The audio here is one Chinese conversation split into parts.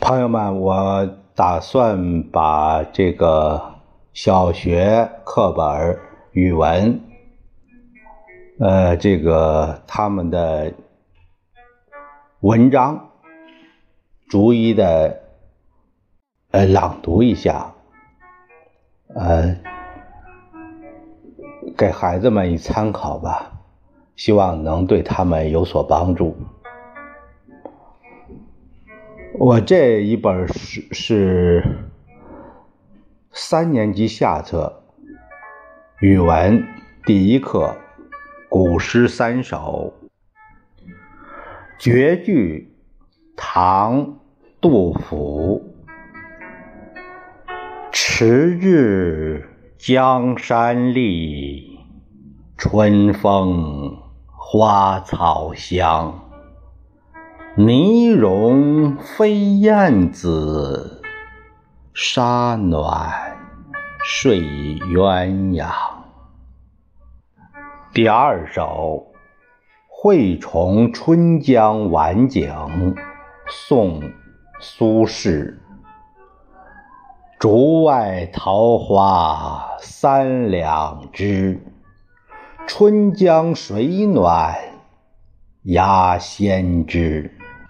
朋友们，我打算把这个小学课本语文，他们的文章逐一的朗读一下，给孩子们以参考吧，希望能对他们有所帮助。我这一本是3年级下册语文第一课古诗3首，绝句，唐杜甫。迟日江山丽，春风花草香。泥融飞燕子，沙暖睡鸳鸯。第2首，惠崇春江晚景，宋·苏轼。竹外桃花3两枝，春江水暖鸭先知。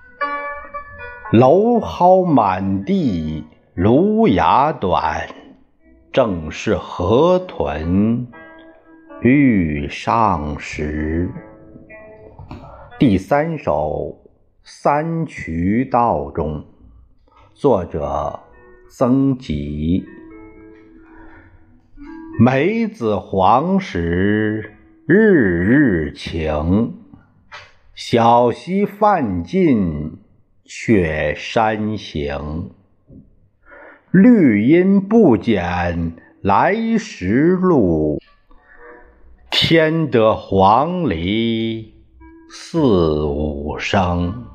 蒌蒿满地芦芽短，正是河豚欲上时。第3首，三衢道中，作者曾几。梅子黄时日日晴，小溪泛尽却山行。绿阴不减来时路，添得黄鹂4、5声。